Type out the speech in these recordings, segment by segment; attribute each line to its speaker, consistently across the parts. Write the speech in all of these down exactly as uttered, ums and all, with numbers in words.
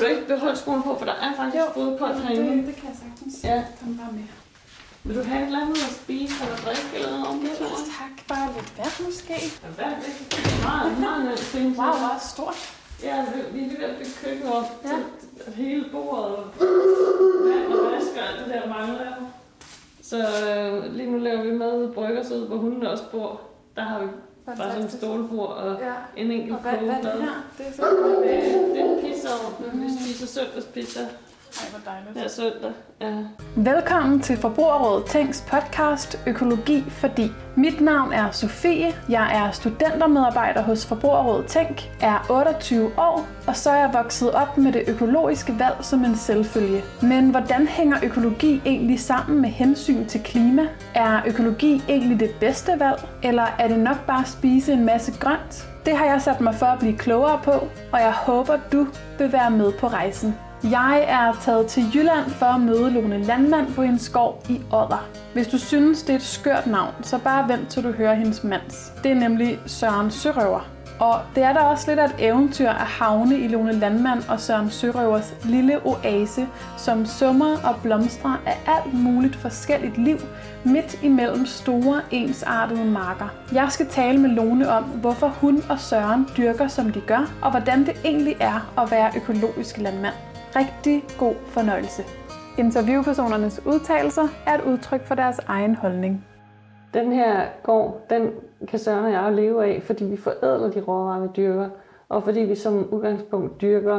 Speaker 1: du ikke beholde skoen på, for der er faktisk fodkoldt herinde.
Speaker 2: Det, det kan jeg sagtens.
Speaker 1: Ja.
Speaker 2: Den bare med.
Speaker 1: Vil du have et eller andet at spise eller drikke eller noget om det?
Speaker 2: Ja, tak. Bare lidt vand måske.
Speaker 1: Ja, hvad er det? Meget, meget nemt ting.
Speaker 2: Wow, hvor stort.
Speaker 1: Ja, vi er lige ved at bygge køkken op ja. til hele bordet og vand og vask og alt det der mangler. Så øh, lige nu laver vi mad ude bryggers ude, hvor hunden også bor. Der har vi fantastisk. Bare sådan en stålbord og ja. en enkelt
Speaker 2: kogeplade. Og hvad, hvad er det her? Det er, så
Speaker 1: det, det er en pizza, mm. vi spiser søndagspizza.
Speaker 2: Ej, hvor dejligt.
Speaker 1: Ja, søndag. Ja.
Speaker 2: Velkommen til Forbrugerrådet Tænks podcast Økologi Fordi. Mit navn er Sofie. Jeg er studentermedarbejder hos Forbrugerrådet Tænk, er otteogtyve år, og så er jeg vokset op med det økologiske valg som en selvfølge. Men hvordan hænger økologi egentlig sammen med hensyn til klima? Er økologi egentlig det bedste valg, eller er det nok bare at spise en masse grønt? Det har jeg sat mig for at blive klogere på, og jeg håber, du vil være med på rejsen. Jeg er taget til Jylland for at møde Lone Landmand på hendes skov i Odder. Hvis du synes, det er et skørt navn, så bare vent til du hører hendes mands. Det er nemlig Søren Sørøver. Og det er da også lidt af et eventyr at havne i Lone Landmand og Søren Sørøvers lille oase, som summer og blomstrer af alt muligt forskelligt liv midt imellem store, ensartede marker. Jeg skal tale med Lone om, hvorfor hun og Søren dyrker, som de gør, og hvordan det egentlig er at være økologisk landmand. Rigtig god fornøjelse. Interviewpersonernes udtalelser er et udtryk for deres egen holdning.
Speaker 1: Den her gård, den kan Søren og jeg leve af, fordi vi forædler de råvarer, vi dyrker, og fordi vi som udgangspunkt dyrker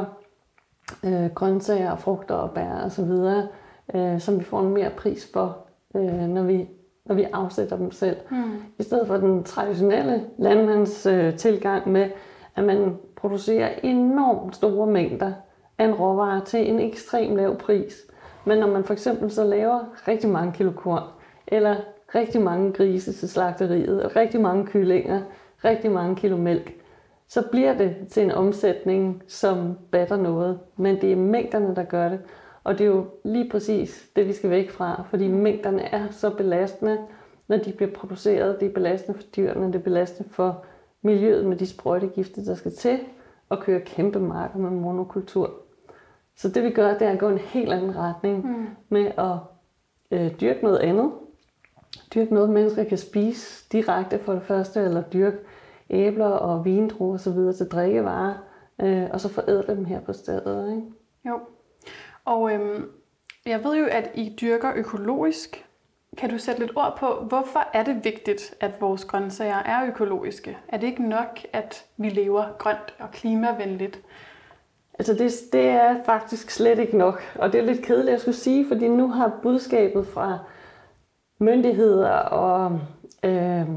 Speaker 1: øh, grøntsager, frugter og bær og så videre, øh, som vi får en mere pris for, øh, når, vi, når vi afsætter dem selv. Mm. I stedet for den traditionelle landmands øh, tilgang med, at man producerer enormt store mængder af en råvare til en ekstrem lav pris. Men når man for eksempel så laver rigtig mange kilo korn, eller rigtig mange grise til slagteriet, og rigtig mange kyllinger, rigtig mange kilo mælk, så bliver det til en omsætning, som batter noget. Men det er mængderne, der gør det. Og det er jo lige præcis det, vi skal væk fra, fordi mængderne er så belastende, når de bliver produceret. Det er belastende for dyrene, det er belastende for miljøet med de sprøjtegifte, der skal til, og køre kæmpe marker med monokultur. Så det vi gør, det er at gå en helt anden retning mm. med at øh, dyrke noget andet. Dyrke noget, mennesker kan spise direkte for det første, eller dyrke æbler og vindruer og så videre til drikkevarer, øh, og så forædle dem her på stedet. Ikke?
Speaker 2: Jo, og øhm, jeg ved jo, at I dyrker økologisk. Kan du sætte lidt ord på, hvorfor er det vigtigt, at vores grøntsager er økologiske? Er det ikke nok, at vi lever grønt og klimavenligt?
Speaker 1: Altså det, det er faktisk slet ikke nok, og det er lidt kedeligt at skulle sige, fordi nu har budskabet fra myndigheder og øh,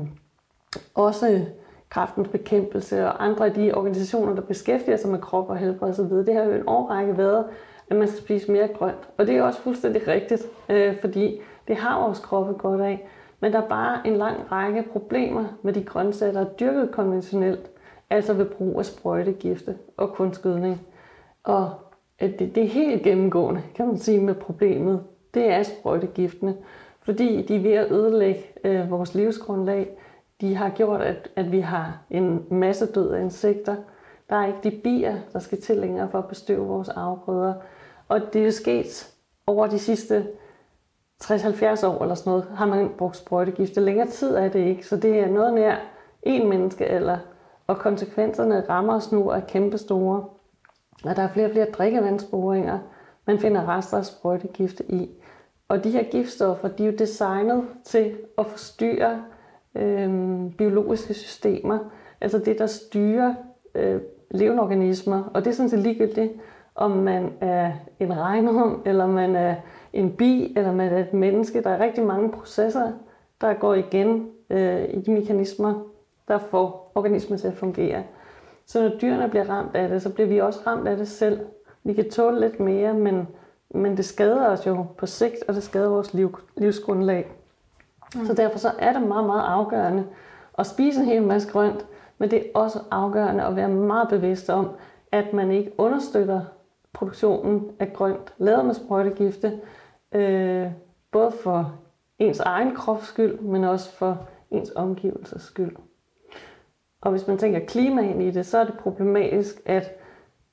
Speaker 1: også Kræftens Bekæmpelse og andre af de organisationer, der beskæftiger sig med krop og helbred osv., det har jo en årrække været, at man skal spise mere grønt. Og det er også fuldstændig rigtigt, øh, fordi det har vores kroppe godt af. Men der er bare en lang række problemer med de grøntsager, der er dyrket konventionelt, altså ved brug af sprøjtegifte og kunstgødning. Og det, det er helt gennemgående, kan man sige, med problemet. Det er sprøjtegiftene, fordi de er ved at ødelægge øh, vores livsgrundlag. De har gjort, at, at vi har en masse død af insekter. Der er ikke de bier, der skal til længere for at bestøve vores afgrøder. Og det er jo sket over de sidste tres til halvfjerds år eller sådan noget, har man brugt sprøjtegifte. Længere tid er det ikke, så det er noget nær en menneskealder. Og konsekvenserne rammer os nu er kæmpestore. Og der er flere og flere drikkevandsboringer, man finder rester af sprøjtegifte i. Og de her giftstoffer, de er jo designet til at forstyrre øh, biologiske systemer. Altså det, der styrer øh, levende organismer. Og det er sådan set ligegyldigt, om man er en regnorm, eller man er en bi, eller man er et menneske. Der er rigtig mange processer, der går igen øh, i de mekanismer, der får organismen til at fungere. Så når dyrene bliver ramt af det, så bliver vi også ramt af det selv. Vi kan tåle lidt mere, men, men det skader os jo på sigt, og det skader vores liv, livsgrundlag. Mm. Så derfor så er det meget, meget afgørende at spise en hel masse grønt, men det er også afgørende at være meget bevidst om, at man ikke understøtter produktionen af grønt, lavet med sprøjtegifte, øh, både for ens egen krops skyld, men også for ens omgivelses skyld. Og hvis man tænker klima ind i det, så er det problematisk, at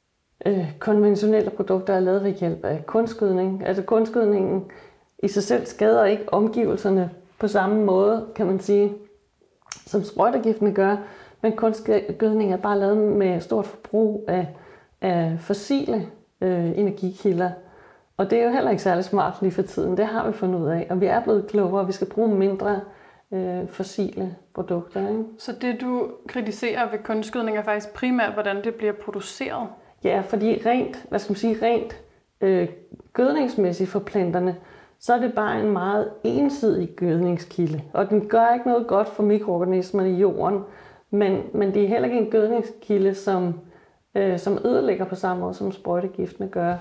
Speaker 1: øh, konventionelle produkter er lavet ved hjælp af kunstgødning. Altså kunstgødningen i sig selv skader ikke omgivelserne på samme måde, kan man sige, som sprøjtegiftene gør, men kunstgødning er bare lavet med stort forbrug af, af fossile øh, energikilder. Og det er jo heller ikke særlig smart lige for tiden, det har vi fundet ud af. Og vi er blevet klogere, og vi skal bruge mindre øh, fossile produkter. Ikke?
Speaker 2: Så det du kritiserer ved kunstgødning er faktisk primært, hvordan det bliver produceret?
Speaker 1: Ja, fordi rent, hvad skal man sige, rent øh, gødningsmæssigt for planterne, så er det bare en meget ensidig gødningskilde. Og den gør ikke noget godt for mikroorganismerne i jorden, men, men det er heller ikke en gødningskilde, som, øh, som ødelægger på samme måde, som sprøjtegiftene gør.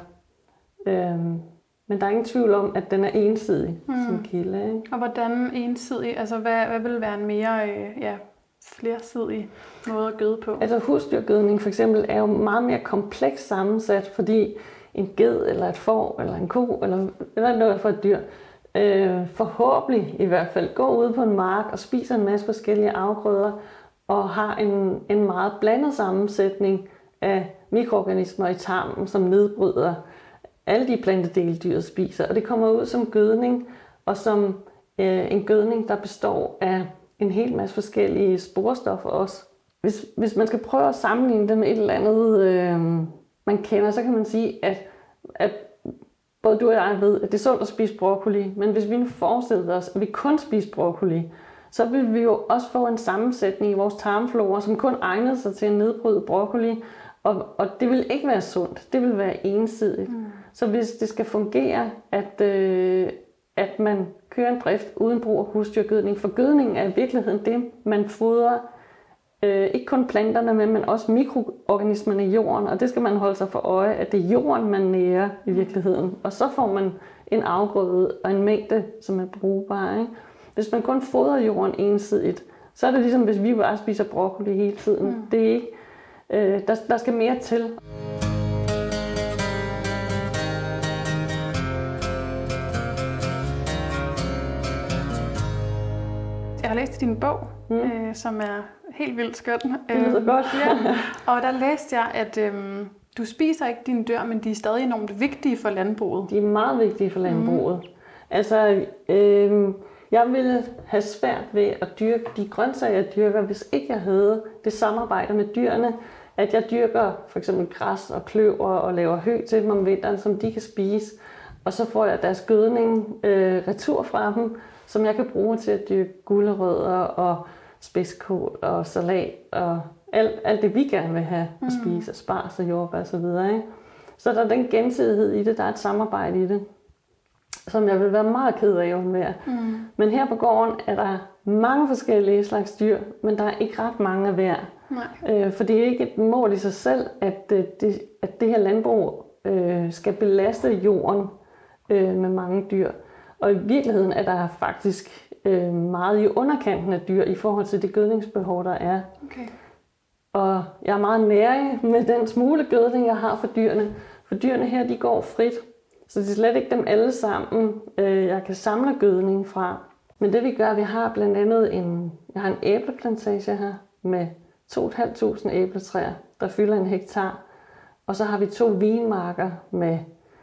Speaker 1: Øhm, men der er ingen tvivl om, at den er ensidig mm. som kilde. Ikke?
Speaker 2: Og hvordan ensidig? Altså hvad, hvad vil være en mere øh, ja, flersidig måde at gøde på?
Speaker 1: Altså husdyrgødning for eksempel er jo meget mere kompleks sammensat, fordi en ged eller et får eller en ko eller, eller noget for et dyr øh, forhåbentlig i hvert fald går ud på en mark og spiser en masse forskellige afgrøder og har en, en meget blandet sammensætning af mikroorganismer i tarmen, som nedbryder alle de plantedele, dyret spiser. Og det kommer ud som gødning, og som øh, en gødning, der består af en hel masse forskellige sporestoffer også. Hvis, hvis man skal prøve at sammenligne det med et eller andet, øh, man kender, så kan man sige, at, at både du og jeg ved, at det er sundt at spise broccoli, men hvis vi nu forestiller os, at vi kun spiser broccoli, så vil vi jo også få en sammensætning i vores tarmflora, som kun egner sig til at nedbryde broccoli, og, og det vil ikke være sundt. Det vil være ensidigt. Mm. Så hvis det skal fungere, at, øh, at man kører en drift uden brug af husdyrgødning, for gødning er i virkeligheden det, man fodrer øh, ikke kun planterne med, men også mikroorganismerne i jorden, og det skal man holde sig for øje, at det er jorden, man nærer i virkeligheden. Og så får man en afgrøde og en mængde, som er brugbar. Ikke? Hvis man kun fodrer jorden ensidigt, så er det ligesom, hvis vi bare spiser broccoli hele tiden. Mm. Det er ikke, øh, der, der skal mere til.
Speaker 2: Jeg har læst i din bog, mm. øh, som er helt vildt skøn.
Speaker 1: Det lyder øh, godt.
Speaker 2: Ja. Og der læste jeg, at øh, du spiser ikke dine dyr, men de er stadig enormt vigtige for landbruget.
Speaker 1: De er meget vigtige for landbruget. Mm. Altså, øh, jeg ville have svært ved at dyrke de grøntsager, jeg dyrker, hvis ikke jeg havde det samarbejde med dyrene, at jeg dyrker for eksempel græs og kløver og laver hø til dem om vinteren, som de kan spise. Og så får jeg deres gødning øh, retur fra dem, som jeg kan bruge til at dyrke gulerødder og spidskål og salat og alt, alt det, vi gerne vil have at spise, mm. spars og jordbær og så videre. Ikke? Så der er den gensidighed i det, der er et samarbejde i det, som jeg vil være meget ked af med. Mm. Men her på gården er der mange forskellige slags dyr, men der er ikke ret mange af hver. Øh, for det er ikke et mål i sig selv, at det, at det her landbrug øh, skal belaste jorden øh, med mange dyr. Og i virkeligheden er der faktisk øh, meget i underkanten af dyr i forhold til det gødningsbehov, der er. Okay. Og jeg er meget nærig med den smule gødning, jeg har for dyrene. For dyrene her, de går frit. Så det er slet ikke dem alle sammen, øh, jeg kan samle gødning fra. Men det vi gør, vi har blandt andet en, jeg har en æbleplantage her med to tusind fem hundrede æbletræer, der fylder en hektar. Og så har vi to vinmarker med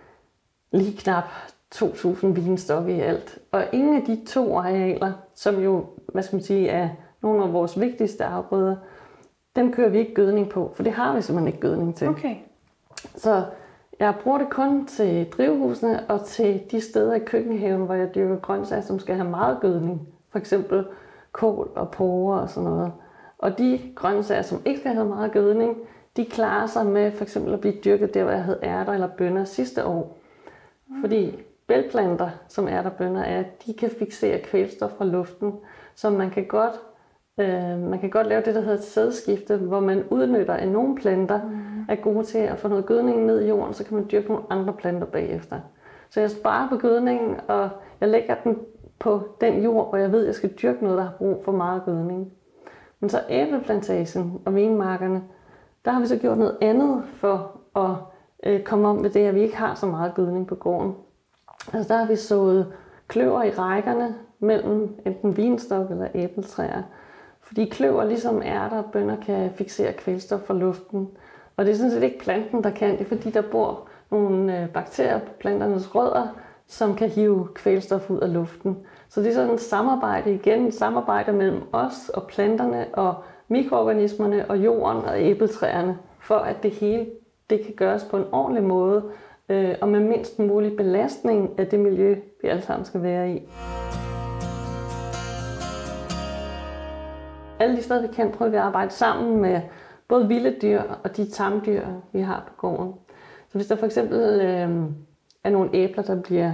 Speaker 1: lige knap to tusind vinstokke i alt. Og ingen af de to arealer, som jo, hvad skal man sige, er nogle af vores vigtigste afgrøder, dem kører vi ikke gødning på, for det har vi simpelthen ikke gødning til.
Speaker 2: Okay.
Speaker 1: Så jeg bruger det kun til drivhusene og til de steder i køkkenhaven, hvor jeg dyrker grøntsager, som skal have meget gødning. For eksempel kål og porre og sådan noget. Og de grøntsager, som ikke skal have meget gødning, de klarer sig med for eksempel at blive dyrket der, hvor jeg havde ærter eller bønner sidste år. Mm. Fordi bælgplanter, som ærter og bønner er, de kan fiksere kvælstof fra luften, så man kan godt øh, man kan godt lave det, der hedder et sædskifte, hvor man udnytter, at nogle planter mm. er gode til at få noget gødning ned i jorden, så kan man dyrke nogle andre planter bagefter. Så jeg sparer på gødningen, og jeg lægger den på den jord, hvor jeg ved, at jeg skal dyrke noget, der har brug for meget gødning. Men så æbleplantagen og vinmarkerne, der har vi så gjort noget andet for at øh, komme om med det, at vi ikke har så meget gødning på gården. Altså der har vi sået kløver i rækkerne mellem enten vinstok eller æbletræer. Fordi kløver, ligesom ærter og bønner, kan fiksere kvælstof fra luften. Og det er sådan set ikke planten, der kan det, fordi der bor nogle bakterier på planternes rødder, som kan hive kvælstof ud af luften. Så det er sådan et samarbejde igen, et samarbejde mellem os og planterne og mikroorganismerne og jorden og æbletræerne, for at det hele det kan gøres på en ordentlig måde øh, og med mindst mulig belastning af det miljø, vi alle sammen skal være i. Alle de steder, vi kan, prøver vi at arbejde sammen med både vilde dyr og de tamdyr, vi har på gården. Så hvis der for eksempel øh, er nogle æbler, der bliver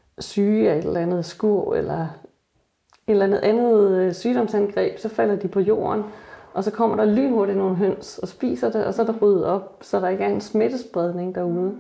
Speaker 1: syge af et eller andet skur eller et eller andet andet sygdomsangreb, så falder de på jorden, og så kommer der lynhurtigt nogle høns og spiser det, og så er der ryddet op, så der ikke er en smittespredning derude.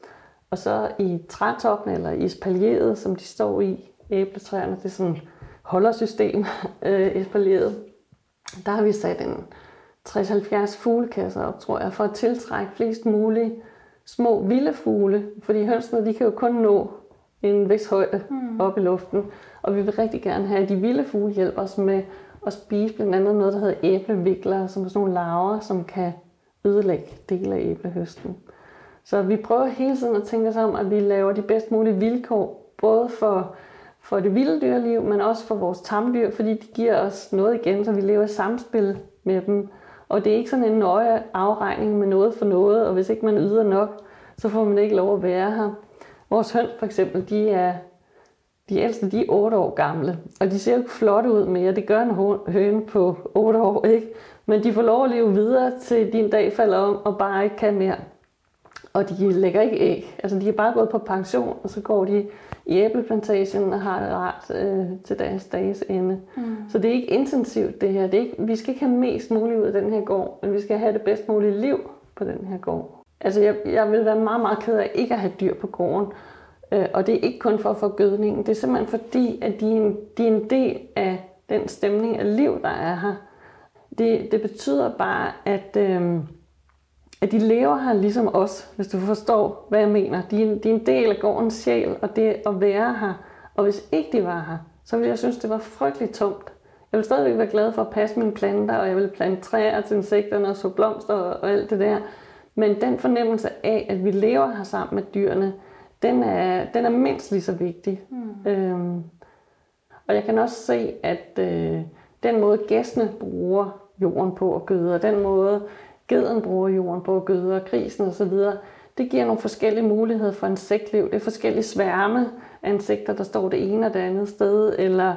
Speaker 1: Og så i trætoppen eller i espalieret, som de står i, æbletræerne, det er sådan et holdersystem, øh, espalieret, der har vi sat en tres til halvfjerds fuglekasser op, tror jeg, for at tiltrække flest mulige små vilde fugle, fordi hønsene, de kan jo kun nå en vis højde mm. op i luften, og vi vil rigtig gerne have, at de vilde fugle hjælper os med at spise blandt andet noget, der hedder æblevikler, som er sådan nogle larver, som kan ødelægge dele af æblehøsten. Så vi prøver hele tiden at tænke os om, at vi laver de bedst mulige vilkår, både for, for det vilde dyreliv, men også for vores tamdyr, fordi de giver os noget igen, så vi lever i samspil med dem. Og det er ikke sådan en nøje afregning med noget for noget, og hvis ikke man yder nok, så får man ikke lov at være her. Vores høns for eksempel, de er de ældste, de er otte år gamle, og de ser jo ikke flotte ud mere. Det gør en høne på otte år, ikke? Men de får lov at leve videre til din dag falder om, og bare ikke kan mere. Og de lægger ikke æg. Altså de er bare gået på pension, og så går de i æbleplantagen og har det rart øh, til deres dages ende. Mm. Så det er ikke intensivt det her. Det er ikke, vi skal ikke have mest muligt ud af den her gård, men vi skal have det bedst mulige liv på den her gård. Altså jeg, jeg vil være meget, meget ked af ikke at have dyr på gården. Øh, og det er ikke kun for at få gødningen. Det er simpelthen fordi, at de er en, de er en del af den stemning af liv, der er her. Det, det betyder bare, at... Øh, at de lever her ligesom os, hvis du forstår, hvad jeg mener. De er, de er en del af gårdens sjæl, og det at være her. Og hvis ikke de var her, så ville jeg synes, det var frygteligt tomt. Jeg ville stadigvæk være glad for at passe mine planter, og jeg ville plante træer til insekterne og så blomster og, og alt det der. Men den fornemmelse af, at vi lever her sammen med dyrene, den er, den er mindst lige så vigtig. Mm. Øhm, og jeg kan også se, at øh, den måde gæstene bruger jorden på at gøde, og den måde geden bruger jorden på at gøde, og grisen osv., det giver nogle forskellige muligheder for insektliv. Det er forskellige sværme af insekter, der står det ene og det andet sted, eller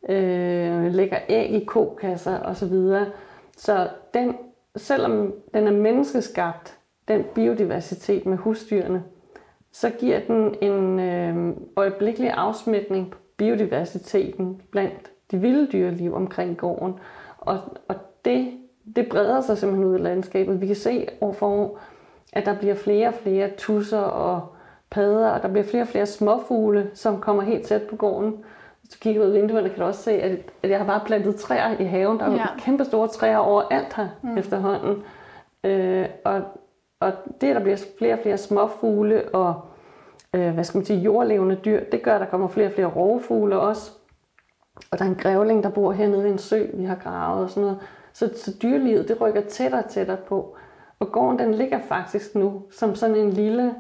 Speaker 1: øh, lægger æg i kokasser osv. Så den, selvom den er menneskeskabt, den biodiversitet med husdyrene, så giver den en øh, øjeblikkelig afsmitning på biodiversiteten blandt de vilde dyreliv omkring gården. Og, og det Det breder sig simpelthen ud i landskabet. Vi kan se overfor, at der bliver flere og flere tudser og padder, og der bliver flere og flere småfugle, som kommer helt tæt på gården. Hvis du kigger ud i vinduerne, kan du også se, at jeg har bare plantet træer i haven. Der er jo ja. kæmpe store træer overalt her mm. efterhånden. Øh, og, og det, at der bliver flere og flere småfugle og øh, hvad skal man sige, jordlevende dyr, det gør, at der kommer flere og flere rovfugle også. Og der er en grævling, der bor hernede i en sø, vi har gravet og sådan noget. Så, så dyrelivet, det rykker tættere og tættere på. Og gården, den ligger faktisk nu som sådan en lille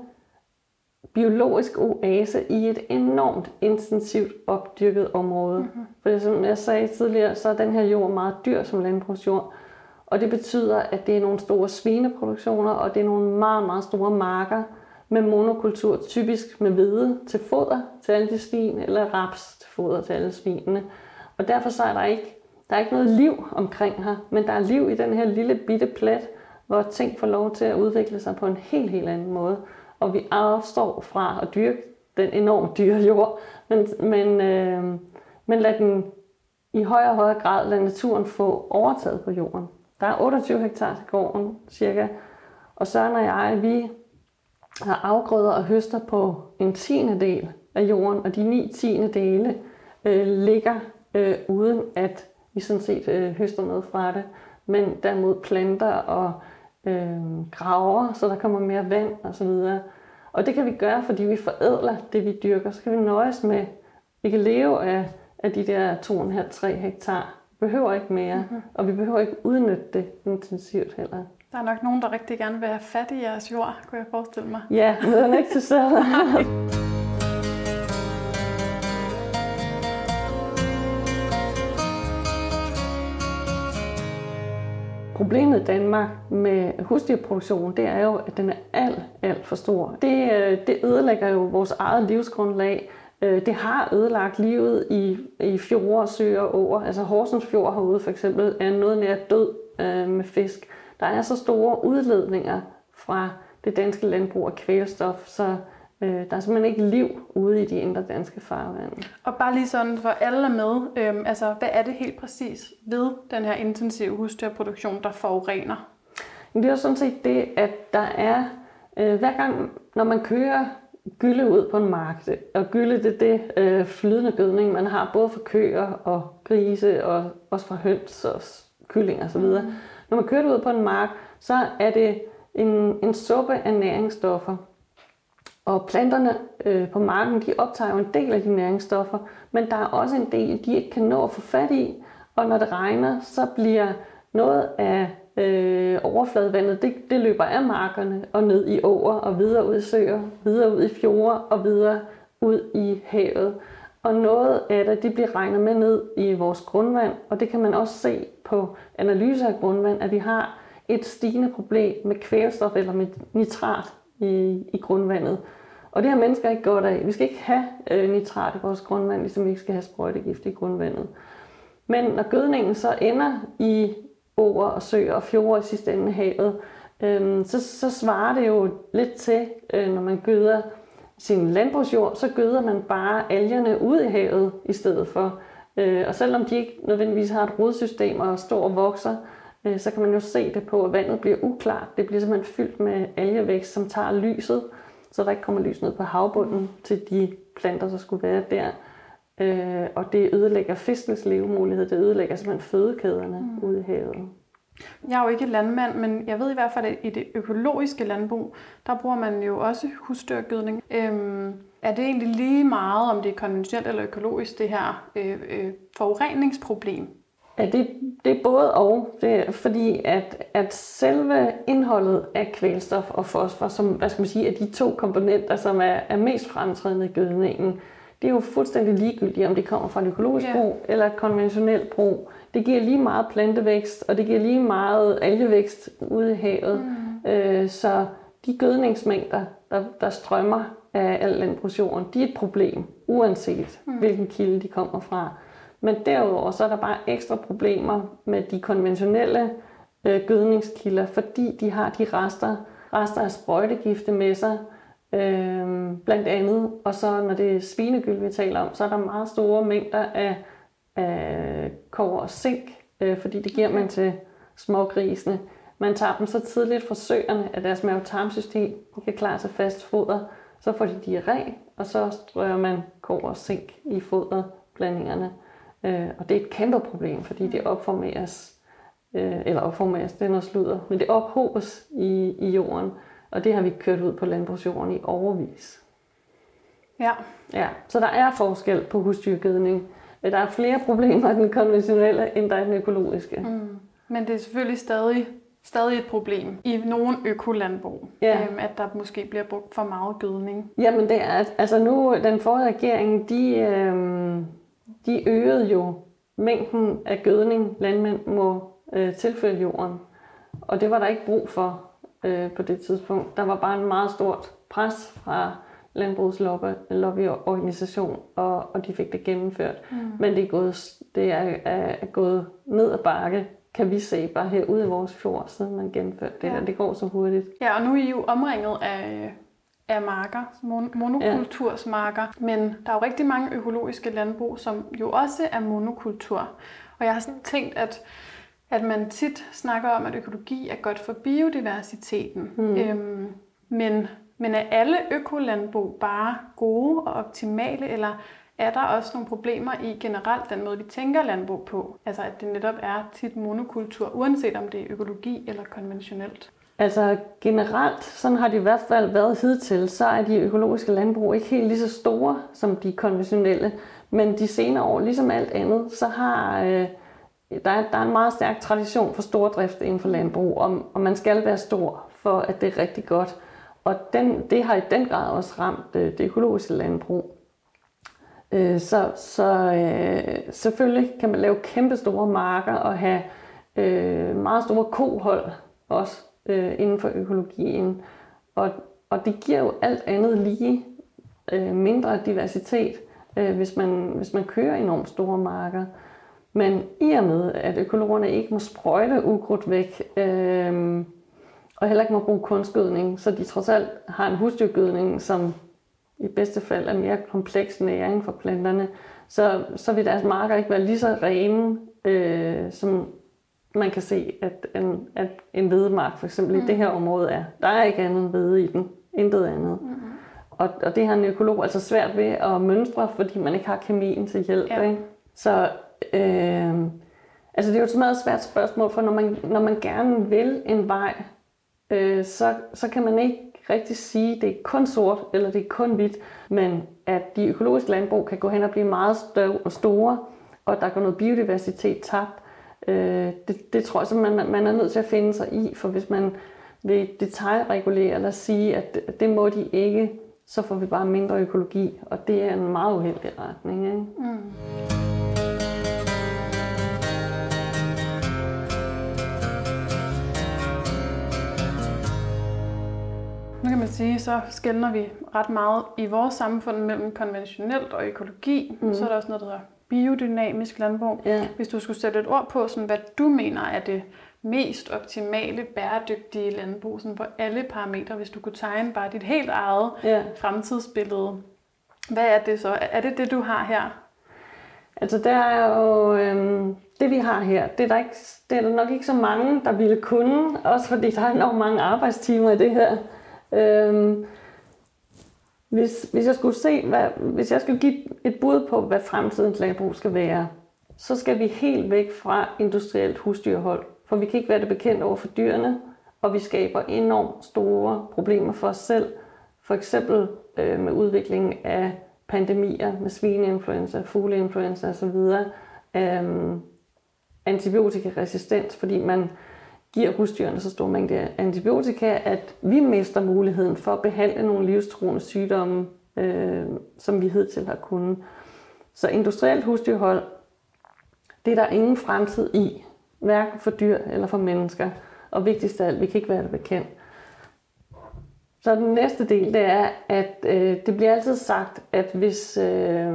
Speaker 1: biologisk oase i et enormt intensivt opdyrket område. Mm-hmm. For som jeg sagde tidligere, så er den her jord meget dyr som landbrugsjord. Og det betyder, at det er nogle store svineproduktioner, og det er nogle meget, meget store marker med monokultur, typisk med hvede til foder til alle de svin, eller raps til foder til alle svinene. Og derfor så er der ikke Der er ikke noget liv omkring her, men der er liv i den her lille bitte plet, hvor ting får lov til at udvikle sig på en helt, helt anden måde. Og vi afstår fra at dyrke den enormt dyre jord, men, men, øh, men lad den i højere og højere grad lade naturen få overtaget på jorden. Der er otteogtyve hektar til gården cirka, og Søren og jeg, vi har afgrøder og høster på en tiende del af jorden, og de ni tiende dele øh, ligger øh, uden at vi sådan set øh, høster noget fra det, men derimod planter og øh, graver, så der kommer mere vand og så videre. Og det kan vi gøre, fordi vi forædler det, vi dyrker. Så kan vi nøjes med, vi kan leve af, af de der to komma fem til tre hektar. Vi behøver ikke mere, mm-hmm. og vi behøver ikke udnytte det intensivt heller.
Speaker 2: Der er nok nogen, der rigtig gerne vil have fat i jeres jord, kunne jeg forestille mig.
Speaker 1: Ja, men den er ikke til salg. Problemet i Danmark med husdyrproduktion, det er jo, at den er alt, alt for stor. Det, det ødelægger jo vores eget livsgrundlag. Det har ødelagt livet i, i fjorde, søer og åer. Altså Horsens Fjord herude for eksempel er noget nær død øh, med fisk. Der er så store udledninger fra det danske landbrug af kvælstof, så øh, der er simpelthen ikke liv ude i de indre danske farvande.
Speaker 2: Og bare lige sådan for alle er med, øh, altså hvad er det helt præcis ved den her intensive husdyrproduktion, der forurener?
Speaker 1: Det er jo sådan set det, at der er, øh, hver gang når man kører gylde ud på en mark, og gylde det er det øh, flydende gødning, man har både for køer og grise og også for høns og kylling og så videre. Mm. Når man kører det ud på en mark, så er det en, en suppe af næringsstoffer. Og planterne øh, på marken, de optager jo en del af de næringsstoffer, men der er også en del, de ikke kan nå at få fat i. Og når det regner, så bliver noget af øh, overfladevandet, det, det løber af markerne og ned i åer og videre ud i søer, videre ud i fjorde og videre ud i havet. Og noget af det, det bliver regnet med ned i vores grundvand, og det kan man også se på analyser af grundvand, at vi har et stigende problem med kvælstof eller med nitrat i, i grundvandet. Og det har mennesker ikke godt af. Vi skal ikke have øh, nitrat i vores grundvand, ligesom vi ikke skal have sprøjtegift i grundvandet. Men når gødningen så ender i åer og søer og fjorde i sidste ende havet, øh, så, så svarer det jo lidt til, øh, når man gøder sin landbrugsjord, så gøder man bare algerne ud i havet i stedet for. Øh, og selvom de ikke nødvendigvis har et rodsystem og står og vokser, øh, så kan man jo se det på, at vandet bliver uklart. Det bliver simpelthen fyldt med algevækst, som tager lyset, så der ikke kommer lys ned på havbunden til de planter, der skulle være der. Øh, og det ødelægger fiskenes levemulighed, det ødelægger simpelthen fødekæderne mm. ude i havet.
Speaker 2: Jeg er jo ikke landmand, men jeg ved i hvert fald, at i det økologiske landbrug, der bruger man jo også husdyrgødning. Øhm, er det egentlig lige meget, om det er konventionelt eller økologisk, det her øh, øh, forureningsproblem?
Speaker 1: Ja, det, det er både og. Det er fordi, at, at selve indholdet af kvælstof og fosfor, som hvad skal man sige, er de to komponenter, som er, er mest fremtrædende i gødningen, det er jo fuldstændig ligegyldigt, om det kommer fra et økologisk yeah. brug eller et konventionelt brug. Det giver lige meget plantevækst, og det giver lige meget algevækst ude i havet. Mm. Øh, så de gødningsmængder, der, der strømmer af al landbrugsjorden, de er et problem, uanset mm. hvilken kilde de kommer fra. Men derudover så er der bare ekstra problemer med de konventionelle øh, gødningskilder, fordi de har de rester, rester af sprøjtegifte med sig, øh, blandt andet. Og så når det er svinegyld, vi taler om, så er der meget store mængder af, af kobber og zink, øh, fordi det giver man til smågrisene. Man tager dem så tidligt fra søerne, at deres mave-tarmsystem kan klare sig fast foder. Så får de diarré, og så strøger man kobber og zink i foderblandingerne. Øh, og det er et kæmpe problem, fordi det opformeres, øh, eller opformeres, det er noget sludder, men det ophobes i, i jorden, og det har vi kørt ud på landbrugsjorden i årevis.
Speaker 2: Ja.
Speaker 1: Ja, så der er forskel på husdyrgødning. Der er flere problemer i den konventionelle, end der er den økologiske.
Speaker 2: Mm. Men det er selvfølgelig stadig, stadig et problem i nogle økolandbrug,
Speaker 1: ja.
Speaker 2: øhm, at der måske bliver brugt for meget gødning.
Speaker 1: Jamen det er, altså nu, den forrige regering, de... Øh, De øgede jo mængden af gødning, landmænd må øh, tilføre jorden. Og det var der ikke brug for øh, på det tidspunkt. Der var bare en meget stort pres fra landbrugets lobbyorganisation, og, og de fik det gennemført. Mm. Men det er gået, det er, er, er gået ned ad bakke, kan vi se bare herude i vores fjord, siden man gennemførte det. Ja. Det går så hurtigt.
Speaker 2: Ja, og nu er I jo omringet af... af marker, monokultursmarker, ja. Men der er jo rigtig mange økologiske landbrug, som jo også er monokultur. Og jeg har sådan tænkt, at, at man tit snakker om, at økologi er godt for biodiversiteten. Mm. Øhm, men, men er alle økolandbrug bare gode og optimale, eller er der også nogle problemer i generelt den måde, vi tænker landbrug på? Altså at det netop er tit monokultur, uanset om det er økologi eller konventionelt.
Speaker 1: Altså generelt, sådan har det i hvert fald været hidtil, så er de økologiske landbrug ikke helt lige så store som de konventionelle. Men de senere år, ligesom alt andet, så har øh, der er, der er en meget stærk tradition for stordrift inden for landbrug, og, og man skal være stor, for at det er rigtig godt. Og den, det har i den grad også ramt det økologiske landbrug. Så, så øh, selvfølgelig kan man lave kæmpe store marker og have øh, meget store kohold også øh, inden for økologien. Og, og det giver jo alt andet lige øh, mindre diversitet, øh, hvis, man, hvis man kører enormt store marker. Men i og med, at økologerne ikke må sprøjte ukrudt væk, øh, og heller ikke må bruge kunstgødning, så de trods alt har en husdyrgødning, som i bedste fald er mere kompleks næring for planterne, så, så vil deres marker ikke være lige så rene, øh, som man kan se, at en, at en hvedemark for eksempel mm. i det her område er. Der er ikke andet end hvede i den, intet andet. Mm. Og, og det har en økolog altså svært ved at mønstre, fordi man ikke har kemien til hjælp. Ja. Ikke? Så øh, altså det er jo et meget svært spørgsmål, for når man, når man gerne vil en vej, øh, så, så kan man ikke rigtig sige, at det er kun sort eller det er kun hvidt, men at de økologiske landbrug kan gå hen og blive meget store, og der går noget biodiversitet tabt. Øh, det, det tror jeg, man, man er nødt til at finde sig i, for hvis man vil detailregulere eller sige, at det må de ikke, så får vi bare mindre økologi, og det er en meget uheldig retning. Ikke? Mm.
Speaker 2: Nu kan man sige, så skelner vi ret meget i vores samfund mellem konventionelt og økologi. Mm. Så er der også noget, der hedder biodynamisk landbrug. Yeah. Hvis du skulle sætte et ord på, sådan, hvad du mener er det mest optimale, bæredygtige landbrug sådan på alle parametre, hvis du kunne tegne bare dit helt eget yeah. fremtidsbillede. Hvad er det så? Er det det, du har her?
Speaker 1: Altså, der er jo øhm, det, vi har her. Det er, der ikke, det er der nok ikke så mange, der ville kunne, også fordi der er enormt mange arbejdstimer i det her. Øhm, hvis, hvis jeg skulle se, hvad, hvis jeg skulle give et bud på, hvad fremtidens landbrug skal være, så skal vi helt væk fra industrielt husdyrhold, for vi kan ikke være det bekendt over for dyrene, og vi skaber enormt store problemer for os selv, for eksempel øh, med udviklingen af pandemier, med svineinfluenza, fugleinfluenza osv., øhm, antibiotikaresistens, fordi man giver husdyrene så stor mængde antibiotika, at vi mister muligheden for at behandle nogle livstruende sygdomme, øh, som vi hidtil har kunnet. Så industrielt husdyrhold, det er der ingen fremtid i, hverken for dyr eller for mennesker. Og vigtigst af alt, vi kan ikke være det bekendt. Så den næste del, det er, at øh, det bliver altid sagt, at hvis, øh,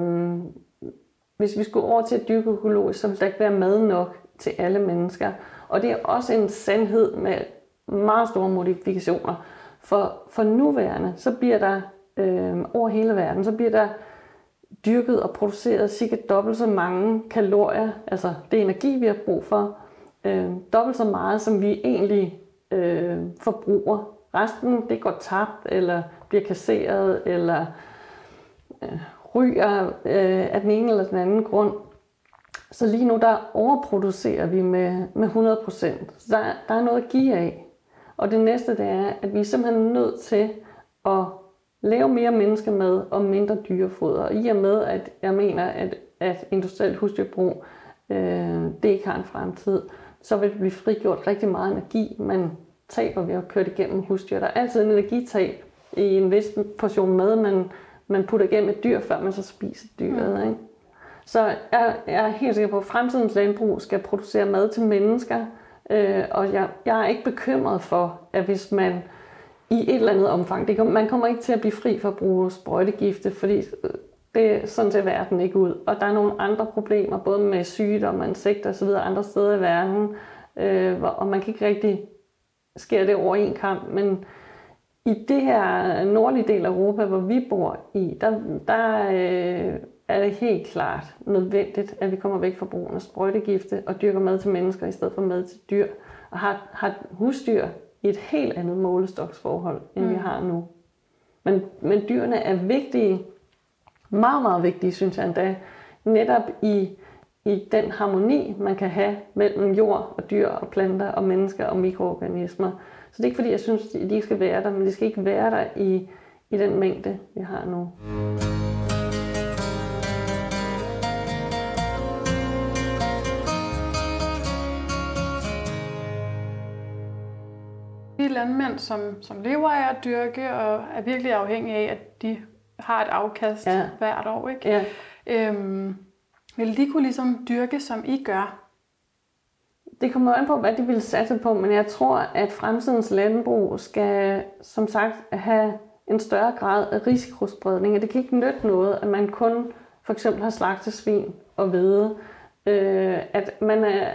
Speaker 1: hvis vi skulle over til at dyrke økologisk, så vil der ikke være mad nok til alle mennesker. Og det er også en sandhed med meget store modifikationer. For, for nuværende, så bliver der øh, over hele verden, så bliver der dyrket og produceret cirka dobbelt så mange kalorier, altså det energi, vi har brug for, øh, dobbelt så meget, som vi egentlig øh, forbruger. Resten, det går tabt, eller bliver kasseret, eller øh, ryger øh, af den ene eller den anden grund. Så lige nu, der overproducerer vi med, med hundrede procent. Så der, der er noget at give af. Og det næste, det er, at vi er simpelthen nødt til at lave mere menneskemad og mindre dyrefoder. Og i og med, at jeg mener, at, at industrielt husdyrbrug, øh, det ikke har en fremtid, så vil vi frigjort rigtig meget energi, men taber vi har kørt igennem husdyr. Der er altid en energitab i en vis portion mad, man, man putter igennem et dyr, før man så spiser dyret. Ikke? Så jeg, jeg er helt sikker på, at fremtidens landbrug skal producere mad til mennesker, øh, og jeg, jeg er ikke bekymret for, at hvis man i et eller andet omfang, det, man kommer ikke til at blive fri for at bruge sprøjtegifte, fordi det sådan ser verden ikke ud. Og der er nogle andre problemer, både med sygdomme, insekter osv. andre steder i verden, øh, hvor, og man kan ikke rigtig skære det over en kamp, men i det her nordlige del af Europa, hvor vi bor i, der, der øh, er det helt klart nødvendigt, at vi kommer væk fra brugen af sprøjtegifte og dyrker mad til mennesker i stedet for mad til dyr, og har, har husdyr i et helt andet målestoksforhold, end mm. vi har nu. Men, men dyrene er vigtige, meget, meget vigtige, synes jeg endda, netop i, i den harmoni, man kan have mellem jord og dyr og planter og mennesker og mikroorganismer. Så det er ikke fordi, jeg synes, de ikke skal være der, men de skal ikke være der i, i den mængde, vi har nu.
Speaker 2: landmænd, som, som lever af at dyrke og er virkelig afhængige af, at de har et afkast ja. hvert år, ikke?
Speaker 1: Ja.
Speaker 2: Øhm, vil de kunne ligesom dyrke, som I gør?
Speaker 1: Det kommer an på, hvad de vil satse på, men jeg tror, at fremtidens landbrug skal, som sagt, have en større grad af risikospredning. Det kan ikke nytte noget, at man kun for eksempel har slagtesvin og hvede. Øh, at man er,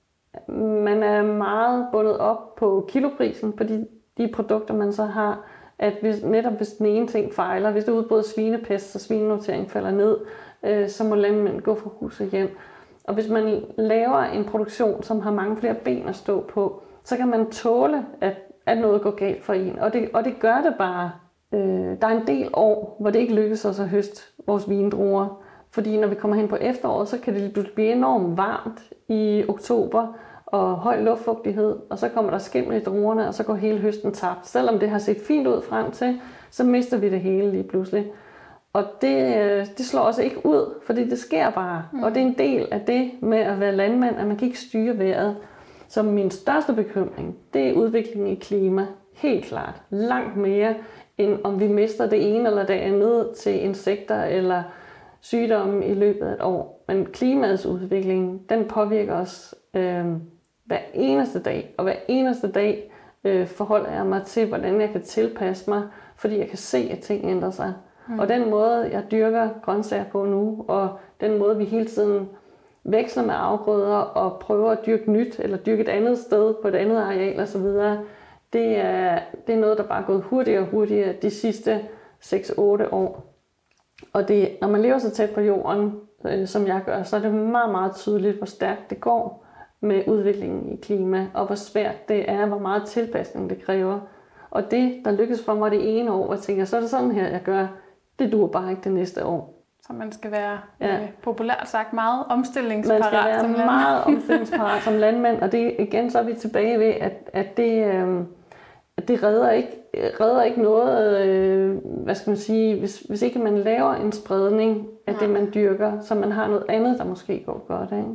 Speaker 1: man er meget bundet op på kiloprisen på de, de produkter, man så har. At hvis, netop hvis den ene ting fejler, hvis det udbryder svinepest, så svinenoteringen falder ned, øh, så må landmænd gå fra hus og hjem. Og hvis man laver en produktion, som har mange flere ben at stå på, så kan man tåle, at, at noget går galt for en. Og det, og det gør det bare. Øh, der er en del år, hvor det ikke lykkes os at høste vores vindruer. Fordi når vi kommer hen på efteråret, så kan det blive enormt varmt i oktober og høj luftfugtighed. Og så kommer der skimmel i druerne, og så går hele høsten tabt. Selvom det har set fint ud frem til, så mister vi det hele lige pludselig. Og det, det slår også ikke ud, fordi det sker bare. Mm. Og det er en del af det med at være landmand, at man kan ikke styre vejret. Så min største bekymring, det er udviklingen i klima. Helt klart. Langt mere, end om vi mister det ene eller det andet til insekter eller sygdomme i løbet af et år. Men klimaets udvikling, den påvirker os øh, hver eneste dag. Og hver eneste dag øh, forholder jeg mig til, hvordan jeg kan tilpasse mig, fordi jeg kan se, at ting ændrer sig. Mm. Og den måde, jeg dyrker grøntsager på nu, og den måde, vi hele tiden veksler med afgrøder og prøver at dyrke nyt, eller dyrke et andet sted på et andet areal osv., det er, det er noget, der bare er gået hurtigere og hurtigere de sidste seks otte år. Og det, når man lever så tæt på jorden, øh, som jeg gør, så er det meget, meget tydeligt, hvor stærkt det går med udviklingen i klima, og hvor svært det er, hvor meget tilpasning det kræver. Og det, der lykkes for mig det ene år, og jeg tænker, så er det sådan her, jeg gør, det duer bare ikke det næste år.
Speaker 2: Så man skal være, ja. øh, populært sagt, meget omstillingsparat
Speaker 1: som landmand. Man skal være meget omstillingsparat som landmand, og det, igen, så er vi tilbage ved, at, at det, øh, at det redder, ikke, redder ikke noget, øh, hvad skal man sige, hvis, hvis ikke man laver en spredning af ja. det, man dyrker, så man har noget andet, der måske går godt, ikke?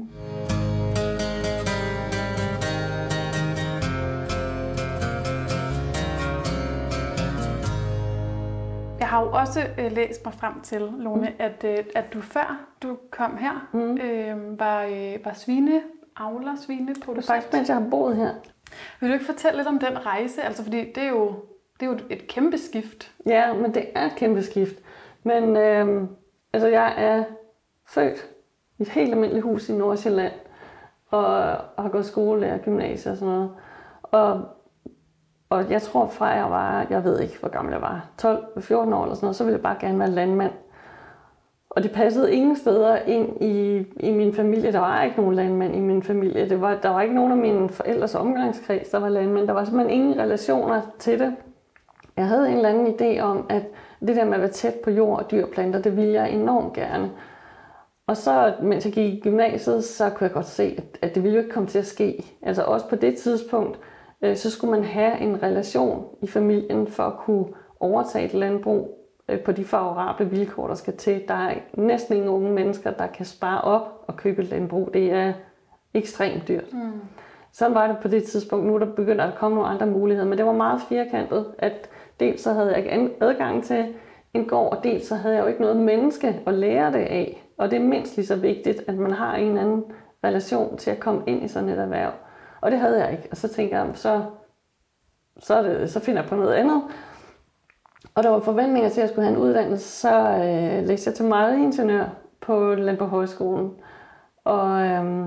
Speaker 2: Jeg har jo også øh, læst mig frem til, Lone, mm. at, øh, at du før du kom her, mm. øh, var, øh, var svineavler, svineproducent.
Speaker 1: Det er faktisk, mens jeg har boet her.
Speaker 2: Vil du ikke fortælle lidt om den rejse? Altså, fordi det er jo, det er jo et kæmpe skift.
Speaker 1: Ja, men det er et kæmpe skift. Men øh, altså, jeg er født i et helt almindeligt hus i Nordsjælland, og, og har gået skolelærer, gymnasiet og sådan noget. Og Og jeg tror fra jeg var, jeg ved ikke hvor gammel jeg var, tolv fjorten år eller sådan noget, så ville jeg bare gerne være landmand. Og det passede ingen steder ind i, i min familie. Der var ikke nogen landmand i min familie. Det var, der var ikke nogen af mine forældres omgangskreds, der var landmænd. Der var simpelthen ingen relationer til det. Jeg havde en eller anden idé om, at det der med at være tæt på jord og dyr og planter, det ville jeg enormt gerne. Og så, mens jeg gik i gymnasiet, så kunne jeg godt se, at, at det ville jo ikke komme til at ske. Altså også på det tidspunkt, så skulle man have en relation i familien for at kunne overtage et landbrug på de favorable vilkår, der skal til. Der er næsten ingen unge mennesker, der kan spare op og købe et landbrug. Det er ekstremt dyrt. Mm. Sådan var det på det tidspunkt. Nu er der begyndt at komme nogle andre muligheder, men det var meget firkantet, at dels så havde jeg ikke adgang til en gård, og dels så havde jeg jo ikke noget menneske at lære det af. Og det er mindst lige så vigtigt, at man har en eller anden relation til at komme ind i sådan et erhverv. Og det havde jeg ikke. Og så tænkte jeg, så, så, er det, så finder jeg på noget andet. Og der var forventninger til, at jeg skulle have en uddannelse. Så øh, læste jeg til mejeriingeniør på Landbohøjskolen. Og, øh,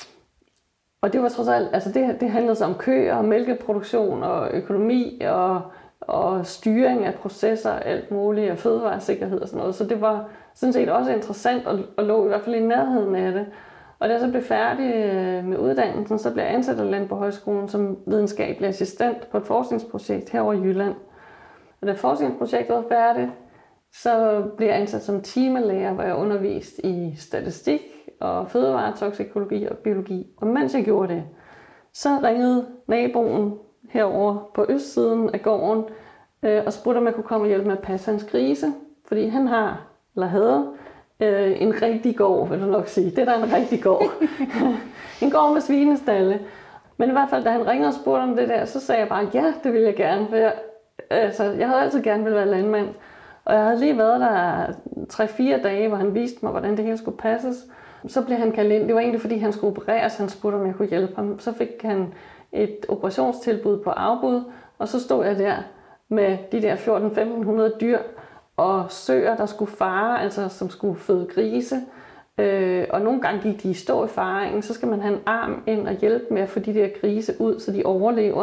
Speaker 1: og det var trods alt, altså det, det handlede så om køer og mælkeproduktion og økonomi og, og styring af processer og alt muligt og fødevaresikkerhed og sådan noget. Så det var sådan set også interessant og, og lå i hvert fald i nærheden af det. Og da jeg så blev færdig med uddannelsen, så blev jeg ansat af Landbohøjskolen som videnskabelig assistent på et forskningsprojekt herovre i Jylland. Og da forskningsprojektet var færdigt, så blev jeg ansat som timelærer, hvor jeg underviste i statistik og fødevaretoksikologi og biologi. Og mens jeg gjorde det, så ringede naboen herovre på østsiden af gården øh, og spurgte, om jeg kunne komme og hjælpe med at passe hans grise. Fordi han har, eller havde, øh, en rigtig gård, vil du nok sige. Det er der en rigtig gård. En gård med svinestalle. Men i hvert fald, da han ringede og spurgte om det der, så sagde jeg bare, ja, det ville jeg gerne. For jeg, altså, jeg havde altid gerne ville være landmand. Og jeg havde lige været der tre fire dage, hvor han viste mig, hvordan det hele skulle passes. Så blev han kaldt ind. Det var egentlig, fordi han skulle opereres. Han spurgte, om jeg kunne hjælpe ham. Så fik han et operationstilbud på afbud. Og så stod jeg der med de der fjorten til femten hundrede dyr og søer, der skulle fare, altså som skulle føde grise. Øh, og nogle gange gik de i stå i faringen. Så skal man have en arm ind og hjælpe med at få de der grise ud, så de overlever.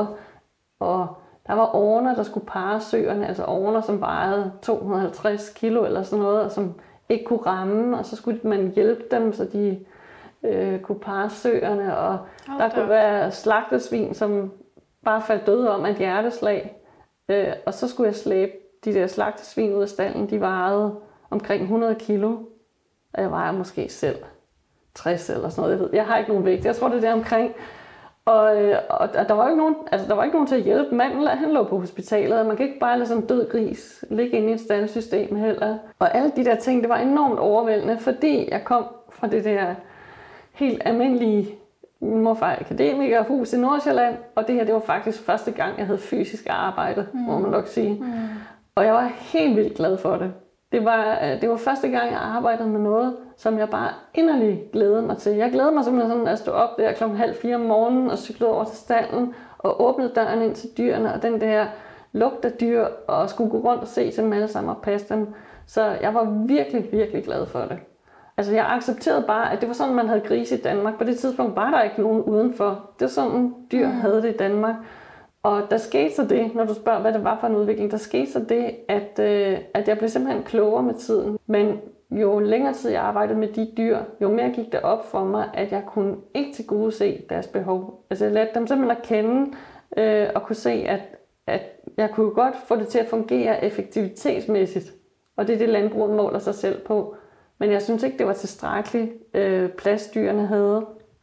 Speaker 1: Og der var orner, der skulle parre søerne, altså orner, som vejede to hundrede og halvtreds kilo eller sådan noget, og som ikke kunne ramme, og så skulle man hjælpe dem, så de øh, kunne parre søerne. Og okay. Der kunne være slagtesvin, som bare faldt døde om et hjerteslag. Øh, og så skulle jeg slæbe de der slagtesvin ud af stallen. De vejede omkring hundrede kilo, og jeg vejer måske selv tres eller sådan noget. Jeg ved, jeg har ikke nogen vægt. Jeg tror, det er der omkring. Og, og der var ikke nogen, altså der var ikke nogen til at hjælpe. Manden, han lå på hospitalet, og man kan ikke bare lade sådan en død gris ligge inde i et standsystem heller. Og alle de der ting, det var enormt overvældende, fordi jeg kom fra det der helt almindelige, min morfar akademikerhus i Nordsjælland, og det her, det var faktisk første gang, jeg havde fysisk arbejde, mm. må man nok sige. Mm. Og jeg var helt vildt glad for det. Det var, det var første gang, jeg arbejdede med noget, som jeg bare inderligt glædede mig til. Jeg glædede mig simpelthen sådan at stå op der klokken halv fire om morgenen og cyklede over til stallen og åbnede døren ind til dyrene og den der lugt af dyr og skulle gå rundt og se til dem alle sammen og passe dem. Så jeg var virkelig, virkelig glad for det. Altså jeg accepterede bare, at det var sådan, man havde grise i Danmark. På det tidspunkt var der ikke nogen udenfor. Det var sådan, dyr havde det i Danmark. Og der skete så det, når du spørger, hvad det var for en udvikling, der skete så det, at, øh, at jeg blev simpelthen klogere med tiden. Men jo længere tid jeg arbejdede med de dyr, jo mere gik det op for mig, at jeg kunne ikke tilgodese deres behov. Altså jeg lærte dem simpelthen at kende øh, og kunne se, at, at jeg kunne godt få det til at fungere effektivitetsmæssigt. Og det er det, landbruget måler sig selv på. Men jeg synes ikke, det var tilstrækkeligt øh, plads, dyrene havde.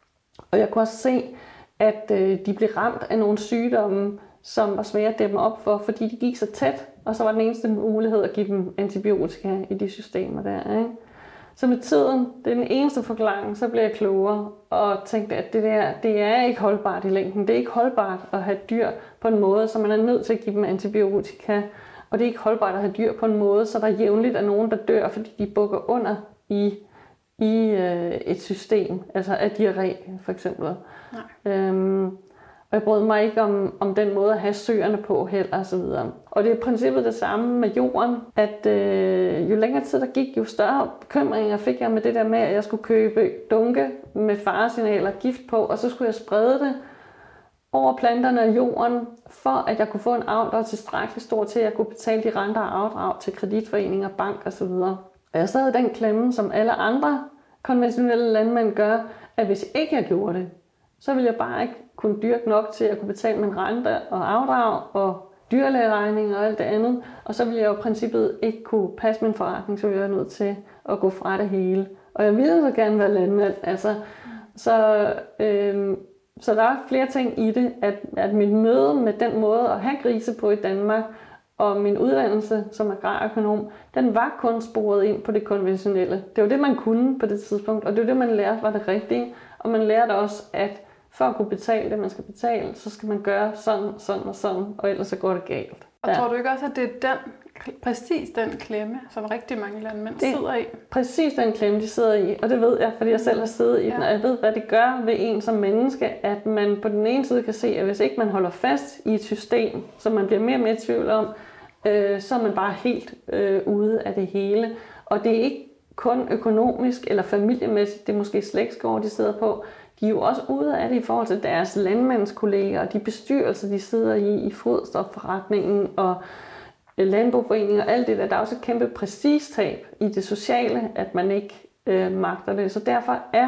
Speaker 1: Og jeg kunne også se, at øh, de blev ramt af nogle sygdomme, som var svære at dæmme op for, fordi de gik så tæt, og så var den eneste mulighed at give dem antibiotika i de systemer der. Ikke? Så med tiden, det er den eneste forklaring, så blev jeg klogere og tænkte, at det der, det er ikke holdbart i længden. Det er ikke holdbart at have dyr på en måde, så man er nødt til at give dem antibiotika. Og det er ikke holdbart at have dyr på en måde, så der jævnligt er nogen, der dør, fordi de bukker under i, i øh, et system, altså af diarré for eksempel. Øhm, og jeg brød mig ikke om, om den måde at have søerne på heller og så videre. Og det er i princippet det samme med jorden, at øh, jo længere tid der gik, jo større bekymringer fik jeg med det der med, at jeg skulle købe dunke med faresignaler gift på, og så skulle jeg sprede det over planterne og jorden, for at jeg kunne få en avl, der var tilstrækkeligt stor til, at jeg kunne betale de renter og afdrag til kreditforeninger, bank og så videre. Og jeg sad i den klemme, som alle andre konventionelle landmænd gør, at hvis jeg ikke gjorde det, så ville jeg bare ikke kunne dyrke nok til at kunne betale min rente og afdrag og dyrlægeregninger og alt det andet. Og så ville jeg jo i princippet ikke kunne passe min forretning, så ville jeg nødt til at gå fra det hele. Og jeg ville så gerne være landmand. Altså, så, øhm, så der er flere ting i det, at, at mit møde med den måde at have grise på i Danmark, og min uddannelse som agrarøkonom, den var kun sporet ind på det konventionelle. Det var det, man kunne på det tidspunkt, og det var det, man lærte var det rigtige. Og man lærte også, at for at kunne betale det, man skal betale, så skal man gøre sådan, sådan og sådan, og ellers så går det galt.
Speaker 2: Og ja. Tror du ikke også, at det er den, præcis den klemme, som rigtig mange landmænd det sidder i?
Speaker 1: Præcis den klemme, de sidder i, og det ved jeg, fordi jeg selv har siddet i ja. den, og jeg ved, hvad det gør ved en som menneske, at man på den ene side kan se, at hvis ikke man holder fast i et system, som man bliver mere og mere i tvivl om, øh, så er man bare helt øh, ude af det hele. Og det er ikke kun økonomisk eller familiemæssigt, det er måske slægtsgård, de sidder på. De er jo også ude af det i forhold til deres landmandskolleger og de bestyrelser, de sidder i, i foderstofforretningen og landbrugforeningen og alt det der. Der er også et kæmpe prestigetab i det sociale, at man ikke øh, magter det. Så derfor er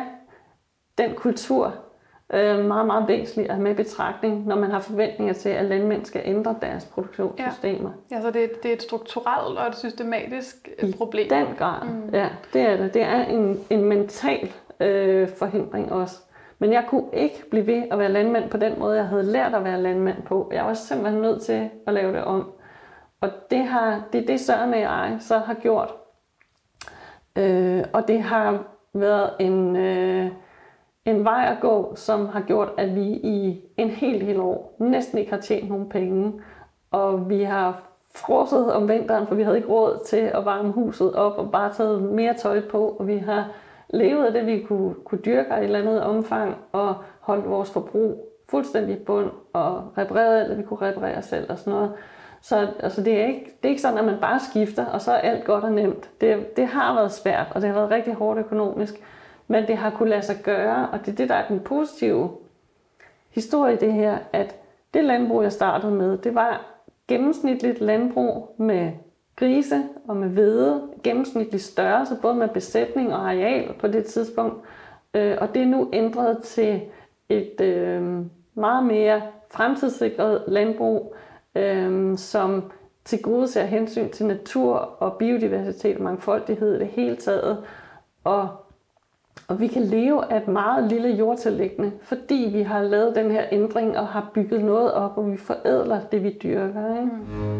Speaker 1: den kultur øh, meget, meget væsentlig at have med i betragtning, når man har forventninger til, at landmænd skal ændre deres produktionssystemer.
Speaker 2: Ja, så det er, det er et strukturelt og et systematisk I problem.
Speaker 1: I den grad, mm. ja, det er det. Det er en, en mental øh, forhindring også. Men jeg kunne ikke blive ved at være landmand på den måde, jeg havde lært at være landmand på. Jeg var simpelthen nødt til at lave det om. Og det, har, det er det, Søren og jeg så har gjort. Øh, og det har været en, øh, en vej at gå, som har gjort, at vi i en helt hel år næsten ikke har tjent nogen penge. Og vi har frosset om vinteren, for vi havde ikke råd til at varme huset op og bare taget mere tøj på. Og vi har levet af det, vi kunne, kunne dyrke i et eller andet omfang og holdt vores forbrug fuldstændig i bund og repareret alt, det vi kunne reparere selv og sådan noget. Så altså, det, er ikke, det er ikke sådan, at man bare skifter, og så er alt godt og nemt. Det, det har været svært, og det har været rigtig hårdt økonomisk. Men det har kunne lade sig gøre, og det er det, der er den positive historie i det her, at det landbrug, jeg startede med, det var gennemsnitligt landbrug med grise og med hvede, gennemsnitlig størrelse, både med besætning og areal på det tidspunkt. Og det er nu ændret til et øh, meget mere fremtidssikret landbrug, øh, som tilgodeser hensyn til natur og biodiversitet og mangfoldighed i det hele taget. Og, og vi kan leve af et meget lille jordtilliggende, fordi vi har lavet den her ændring og har bygget noget op, og vi forædler det, vi dyrker. Ikke? Mm.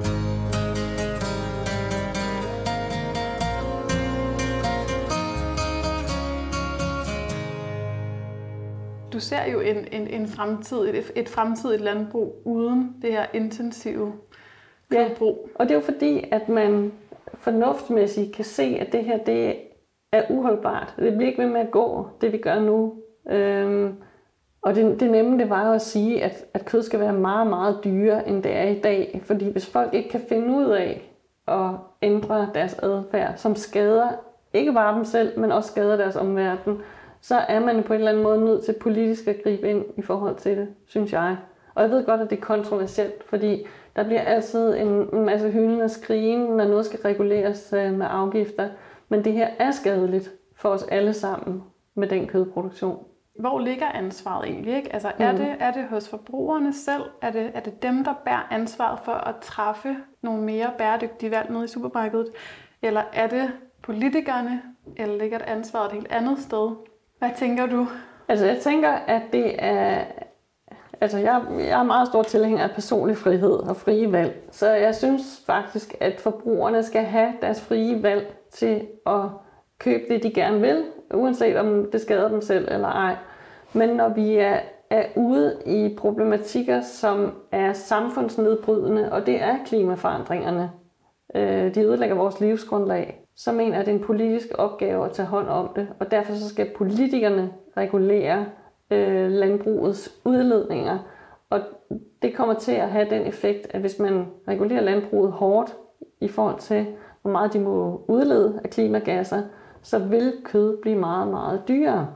Speaker 2: Du ser jo en, en, en fremtid, et, et fremtidigt landbrug uden det her intensive kødbrug.
Speaker 1: Ja, og det er jo fordi, at man fornuftsmæssigt kan se, at det her det er uholdbart. Det bliver ikke ved med at gå, det vi gør nu. Øhm, og det, det nemme det var jo at sige, at, at kød skal være meget, meget dyrere, end det er i dag. Fordi hvis folk ikke kan finde ud af at ændre deres adfærd, som skader ikke bare dem selv, men også skader deres omverden, så er man på en eller anden måde nødt til politisk at gribe ind i forhold til det, synes jeg. Og jeg ved godt, at det er kontroversielt, fordi der bliver altid en masse hylden og skrigen, når noget skal reguleres med afgifter. Men det her er skadeligt for os alle sammen med den kødproduktion.
Speaker 2: Hvor ligger ansvaret egentlig? Ikke? Altså, er, mm. det, er det hos forbrugerne selv? Er det, er det dem, der bærer ansvaret for at træffe nogle mere bæredygtige valg nede i supermarkedet? Eller er det politikerne? Eller ligger det ansvaret et helt andet sted? Hvad tænker du?
Speaker 1: Altså, jeg tænker, at det er... Altså, jeg, jeg er meget stor tilhænger af personlig frihed og frie valg. Så jeg synes faktisk, at forbrugerne skal have deres frie valg til at købe det, de gerne vil, uanset om det skader dem selv eller ej. Men når vi er, er ude i problematikker, som er samfundsnedbrydende, og det er klimaforandringerne, øh, de ødelægger vores livsgrundlag, så mener jeg, at det er en politisk opgave at tage hånd om det. Og derfor så skal politikerne regulere øh, landbrugets udledninger. Og det kommer til at have den effekt, at hvis man regulerer landbruget hårdt i forhold til, hvor meget de må udlede af klimagasser, så vil kød blive meget, meget dyrere.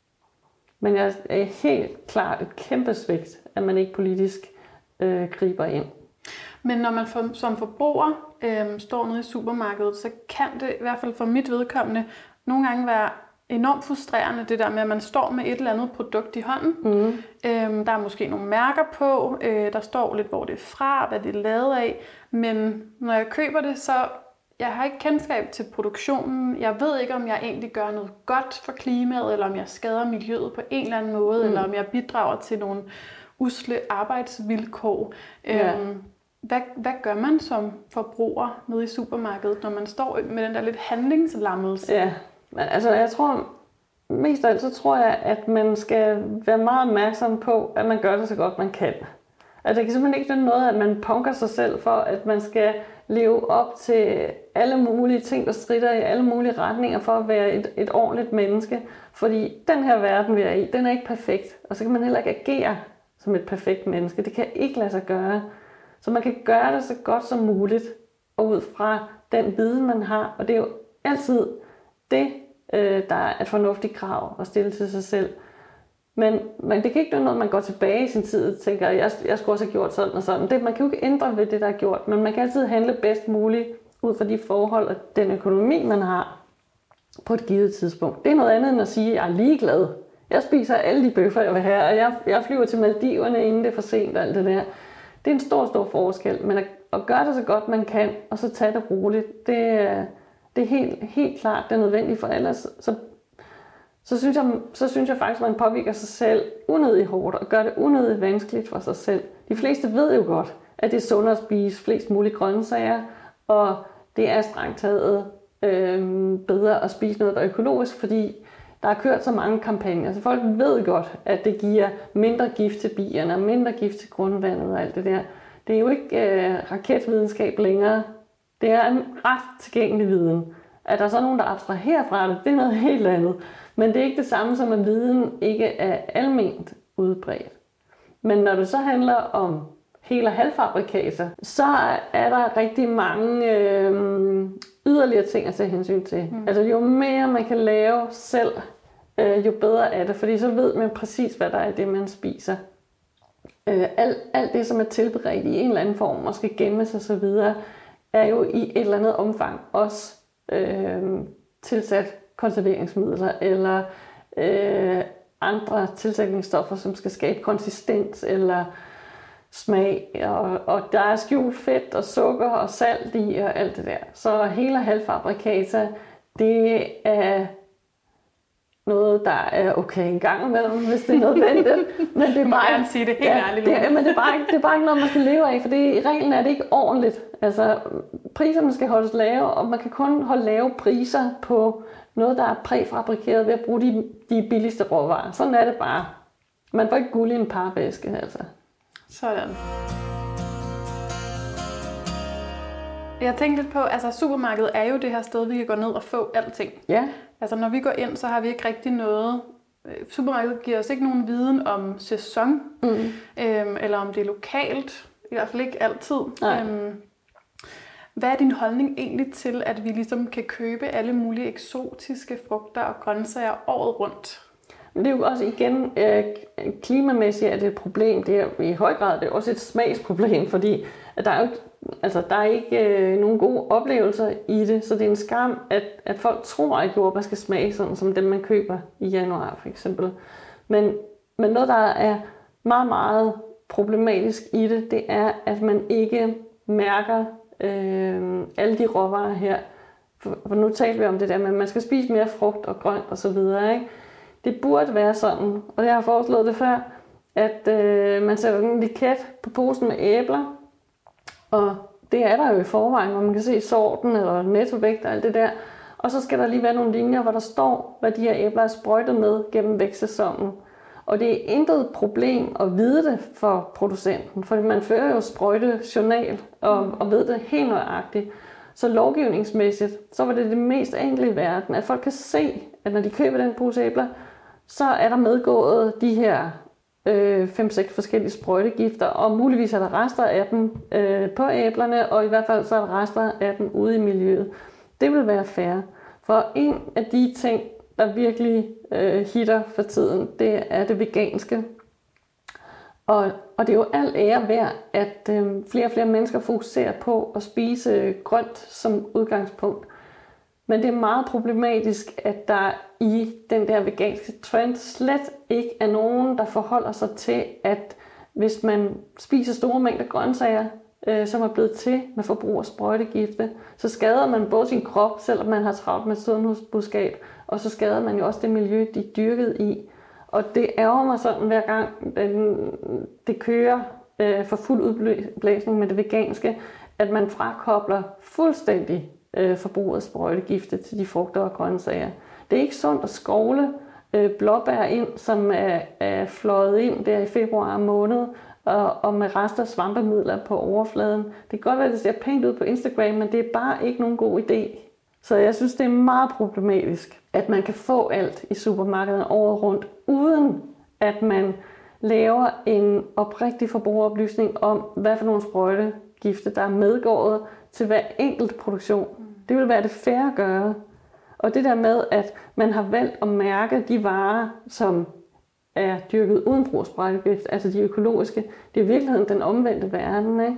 Speaker 1: Men jeg er helt klart et kæmpe svigt, at man ikke politisk øh, griber ind.
Speaker 2: Men når man for, som forbruger øh, står nede i supermarkedet, så kan det i hvert fald for mit vedkommende nogle gange være enormt frustrerende, det der med, at man står med et eller andet produkt i hånden. Mm. Øh, der er måske nogle mærker på, øh, der står lidt, hvor det er fra, hvad det er lavet af. Men når jeg køber det, så jeg har ikke kendskab til produktionen. Jeg ved ikke, om jeg egentlig gør noget godt for klimaet, eller om jeg skader miljøet på en eller anden måde, mm. eller om jeg bidrager til nogle usle arbejdsvilkår. Ja. Øhm, hvad, hvad gør man som forbruger nede i supermarkedet, når man står med den der lidt handlingslammelse?
Speaker 1: Ja, men altså jeg tror, mest af alt så tror jeg, at man skal være meget opmærksom på, at man gør det så godt man kan. Altså det kan simpelthen ikke være noget, at man punker sig selv for, at man skal leve op til alle mulige ting, der strider i alle mulige retninger for at være et, et ordentligt menneske. Fordi den her verden, vi er i, den er ikke perfekt. Og så kan man heller ikke agere som et perfekt menneske. Det kan ikke lade sig gøre. Så man kan gøre det så godt som muligt, og ud fra den viden, man har. Og det er jo altid det, der er et fornuftigt krav at stille til sig selv. Men, men det kan ikke være noget, man går tilbage i sin tid og tænker, jeg, jeg skulle også have gjort sådan og sådan. Det, man kan jo ikke ændre ved det, der er gjort, men man kan altid handle bedst muligt ud fra de forhold og den økonomi, man har på et givet tidspunkt. Det er noget andet end at sige, at jeg er ligeglad. Jeg spiser alle de bøffer, jeg vil have, og jeg, jeg flyver til Maldiverne, inden det er for sent og alt det der. Det er en stor, stor forskel, men at, at gøre det så godt man kan, og så tage det roligt, det, det er helt, helt klart, det er nødvendigt for ellers. Så Så synes, jeg, så synes jeg faktisk, at man påvirker sig selv unødigt hårdt og gør det unødigt vanskeligt for sig selv. De fleste ved jo godt, at det er sundere at spise flest mulige grøntsager, og det er strengt taget øh, bedre at spise noget, der er økologisk, fordi der er kørt så mange kampagner, så folk ved godt, at det giver mindre gift til bierne, og mindre gift til grundvandet og alt det der. Det er jo ikke øh, raketvidenskab længere. Det er en ret tilgængelig viden. At der er så nogen, der abstraherer fra det, det er noget helt andet. Men det er ikke det samme som, at viden ikke er alment udbredt. Men når det så handler om hel- og halvfabrikater, så er der rigtig mange øh, yderligere ting at tage hensyn til. Mm. Altså jo mere man kan lave selv, øh, jo bedre er det, fordi så ved man præcis, hvad der er det, man spiser. Øh, alt, alt det, som er tilberedt i en eller anden form og skal gemmes og så videre, er jo i et eller andet omfang også øh, tilsat konserveringsmidler eller øh, andre tilsætningsstoffer, som skal skabe konsistens eller smag, og, og der er skjult fedt og sukker og salt i og alt det der. Så hele halvfabrikater, det er noget, der er okay en gang imellem, hvis det er nødvendigt. Men det er bare
Speaker 2: ikke sige det helt
Speaker 1: ja,
Speaker 2: ærligt.
Speaker 1: Det, men det er, bare ikke, det er bare ikke noget, man skal leve af, for det, i reglen er det ikke ordentligt. Altså, priserne skal holdes lave, og man kan kun holde lave priser på noget, der er præfabrikeret ved at bruge de, de billigste råvarer. Sådan er det bare. Man får ikke guld i en parvæske, altså.
Speaker 2: Sådan. Jeg tænkte lidt på, altså supermarkedet er jo det her sted, vi kan gå ned og få alting.
Speaker 1: Ja.
Speaker 2: Altså når vi går ind, så har vi ikke rigtig noget. Supermarkedet giver os ikke nogen viden om sæson, mm. øhm, eller om det er lokalt. I hvert fald ikke altid. Øhm, hvad er din holdning egentlig til, at vi ligesom kan købe alle mulige eksotiske frugter og grøntsager året rundt?
Speaker 1: Men det er jo også igen, øh, klimamæssigt er det et problem. Det er i høj grad det er også et smagsproblem, fordi der er jo ikke, altså, der er ikke øh, nogen gode oplevelser i det. Så det er en skam, at, at folk tror, at jordbær skal smage sådan, som dem man køber i januar for eksempel. Men, men noget, der er meget, meget problematisk i det, det er, at man ikke mærker øh, alle de råvarer her. For, for nu taler vi om det der med, at man skal spise mere frugt og grønt og så videre, ikke? Det burde være sådan, og jeg har foreslået det før, at øh, man sætter en etiket på posen med æbler, og det er der jo i forvejen, hvor man kan se sorten eller nettovægt og alt det der. Og så skal der lige være nogle linjer, hvor der står, hvad de her æbler er sprøjtet med gennem vækstsæsonen. Og det er intet problem at vide det for producenten, for man fører jo sprøjtejournal og, og ved det helt nøjagtigt. Så lovgivningsmæssigt, så var det det mest enkle i verden, at folk kan se, at når de køber den pose æbler, så er der medgået de her øh, fem seks forskellige sprøjtegifter, og muligvis er der rester af dem øh, på æblerne, og i hvert fald så er der rester af dem ude i miljøet. Det vil være fair. For en af de ting, der virkelig øh, hitter for tiden, det er det veganske. Og, og det er jo alt ære værd, at øh, flere og flere mennesker fokuserer på at spise grønt som udgangspunkt. Men det er meget problematisk, at der i den der veganske trend slet ikke er nogen, der forholder sig til, at hvis man spiser store mængder grøntsager, øh, som er blevet til med forbrug af sprøjtegifte, så skader man både sin krop, selvom man har travlt med sundhedsbudskab, og så skader man jo også det miljø, de er dyrket i. Og det ærger mig sådan hver gang, det kører øh, for fuld udblæsning med det veganske, at man frakobler fuldstændig øh, forbruget af sprøjtegifte til de frugter og grøntsager. Det er ikke sundt at skovle øh, blåbær ind, som er, er fløjet ind der i februar måned, og, og med rester af svampemidler på overfladen. Det kan godt være, at det ser pænt ud på Instagram, men det er bare ikke nogen god idé. Så jeg synes, det er meget problematisk, at man kan få alt i supermarkedet året rundt, uden at man laver en oprigtig forbrugeroplysning om, hvad for nogle sprøjtegifte, der er medgået til hver enkelt produktion. Det vil være det fair at gøre. Og det der med, at man har valgt at mærke de varer, som er dyrket uden brug af sprøjtegift, altså de økologiske, det er i virkeligheden den omvendte verden, ikke?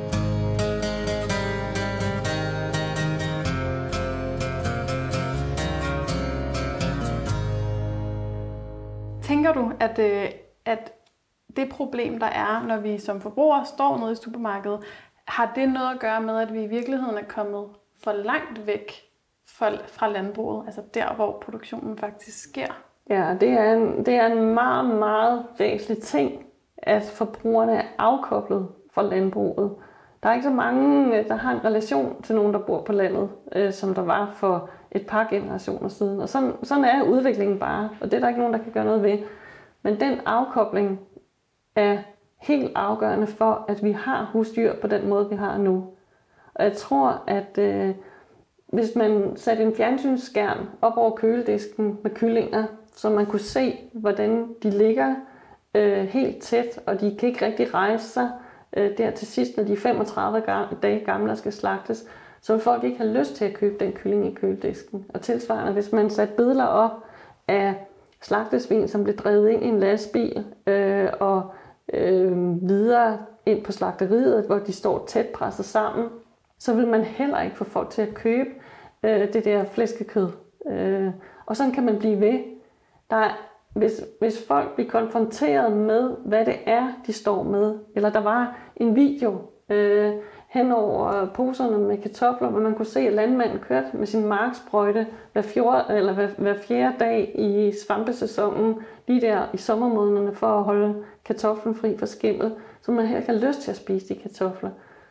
Speaker 2: Tænker du, at, øh, at det problem, der er, når vi som forbrugere står nede i supermarkedet, har det noget at gøre med, at vi i virkeligheden er kommet for langt væk fra, fra landbruget, altså der, hvor produktionen faktisk sker?
Speaker 1: Ja, det er en, det er en meget, meget væsentlig ting, at forbrugerne er afkoblet fra landbruget. Der er ikke så mange, der har en relation til nogen, der bor på landet, øh, som der var for et par generationer siden. Og sådan, sådan er udviklingen bare, og det er der ikke nogen, der kan gøre noget ved. Men den afkobling er helt afgørende for, at vi har husdyr på den måde, vi har nu. Og jeg tror, at øh, hvis man satte en fjernsynsskærm op over køledisken med kyllinger, så man kunne se, hvordan de ligger øh, helt tæt, og de kan ikke rigtig rejse sig øh, der til sidst, når de er femogtredive dage gamle og skal slagtes, så vil folk ikke have lyst til at købe den kylling i køledisken. Og tilsvarende, hvis man satte billeder op af slagtesvin, som blev drevet ind i en lastbil øh, og øh, videre ind på slagteriet, hvor de står tæt presset sammen, så vil man heller ikke få folk til at købe øh, det der flæskekød. Øh, og sådan kan man blive ved. Der er, hvis, hvis folk bliver konfronteret med, hvad det er, de står med, eller der var en video øh, hen over poserne med kartofler, hvor man kunne se, at landmanden kørte med sin marksprøjte hver, fjord, eller hver, hver fjerde dag i svampesæsonen, lige der i sommermånederne, for at holde kartoflen fri for skimmel, så man heller ikke har lyst til at spise de kartofler.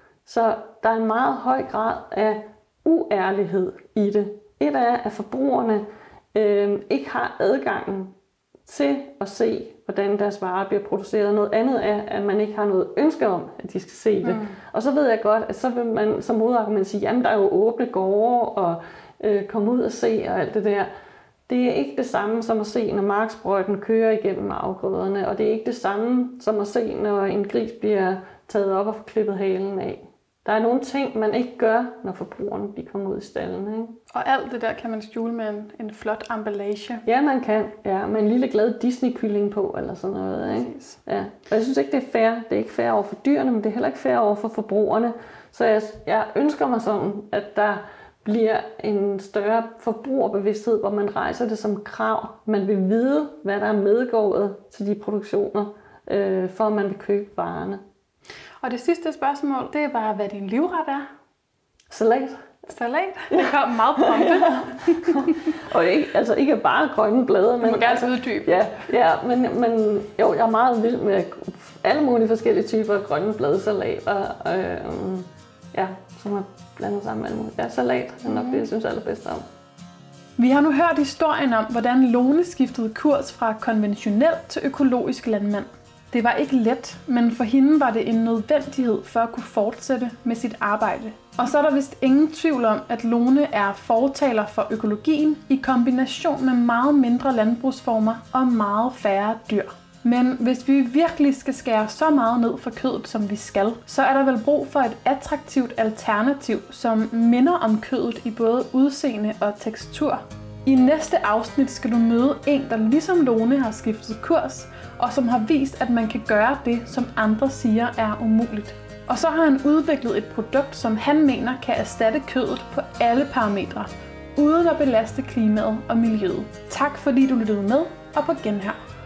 Speaker 1: Så der er en meget høj grad af uærlighed i det. Et er, at forbrugerne øh, ikke har adgangen til at se, hvordan deres varer bliver produceret. Noget andet er, at man ikke har noget ønske om, at de skal se det. Mm. Og så ved jeg godt, at så vil man som modargument sige, jamen der er jo åbne gårde og øh, komme ud og se og alt det der. Det er ikke det samme som at se, når marksprøjten kører igennem afgrøderne, og det er ikke det samme som at se, når en gris bliver taget op og får klippet halen af. Der er nogle ting, man ikke gør, når forbrugerne de kommer ud i stallen. Ikke?
Speaker 2: Og alt det der kan man skjule med en, en flot emballage.
Speaker 1: Ja, man kan. Ja, med en lille glad Disney-kylling på, eller sådan noget. Ikke? Ja. Og jeg synes ikke, det er fair. Det er ikke fair over for dyrene, men det er heller ikke fair over for forbrugerne. Så jeg, jeg ønsker mig sådan, at der bliver en større forbrugerbevidsthed, hvor man rejser det som krav. Man vil vide, hvad der er medgået til de produktioner, øh, for at man vil købe varerne.
Speaker 2: Og det sidste spørgsmål, det er bare, hvad din livret er.
Speaker 1: Salat.
Speaker 2: Salat? Det kom meget prompte.
Speaker 1: Og ikke, altså ikke bare grønne blade.
Speaker 2: Du må gerne altså uddybe.
Speaker 1: Ja, ja men, men jo, jeg er meget vild med alle mulige forskellige typer af grønne bladesalater. Øh, ja, som er blandet sammen med alle mulige. Ja, salat er nok det, jeg synes allerbedst om.
Speaker 2: Vi har nu hørt historien om, hvordan Lone skiftede kurs fra konventionel til økologisk landmand. Det var ikke let, men for hende var det en nødvendighed for at kunne fortsætte med sit arbejde. Og så er der vist ingen tvivl om, at Lone er fortaler for økologien i kombination med meget mindre landbrugsformer og meget færre dyr. Men hvis vi virkelig skal skære så meget ned for kødet, som vi skal, så er der vel brug for et attraktivt alternativ, som minder om kødet i både udseende og tekstur. I næste afsnit skal du møde en, der ligesom Lone har skiftet kurs, og som har vist, at man kan gøre det, som andre siger er umuligt. Og så har han udviklet et produkt, som han mener kan erstatte kødet på alle parametre, uden at belaste klimaet og miljøet. Tak fordi du lyttede med, og på genhør.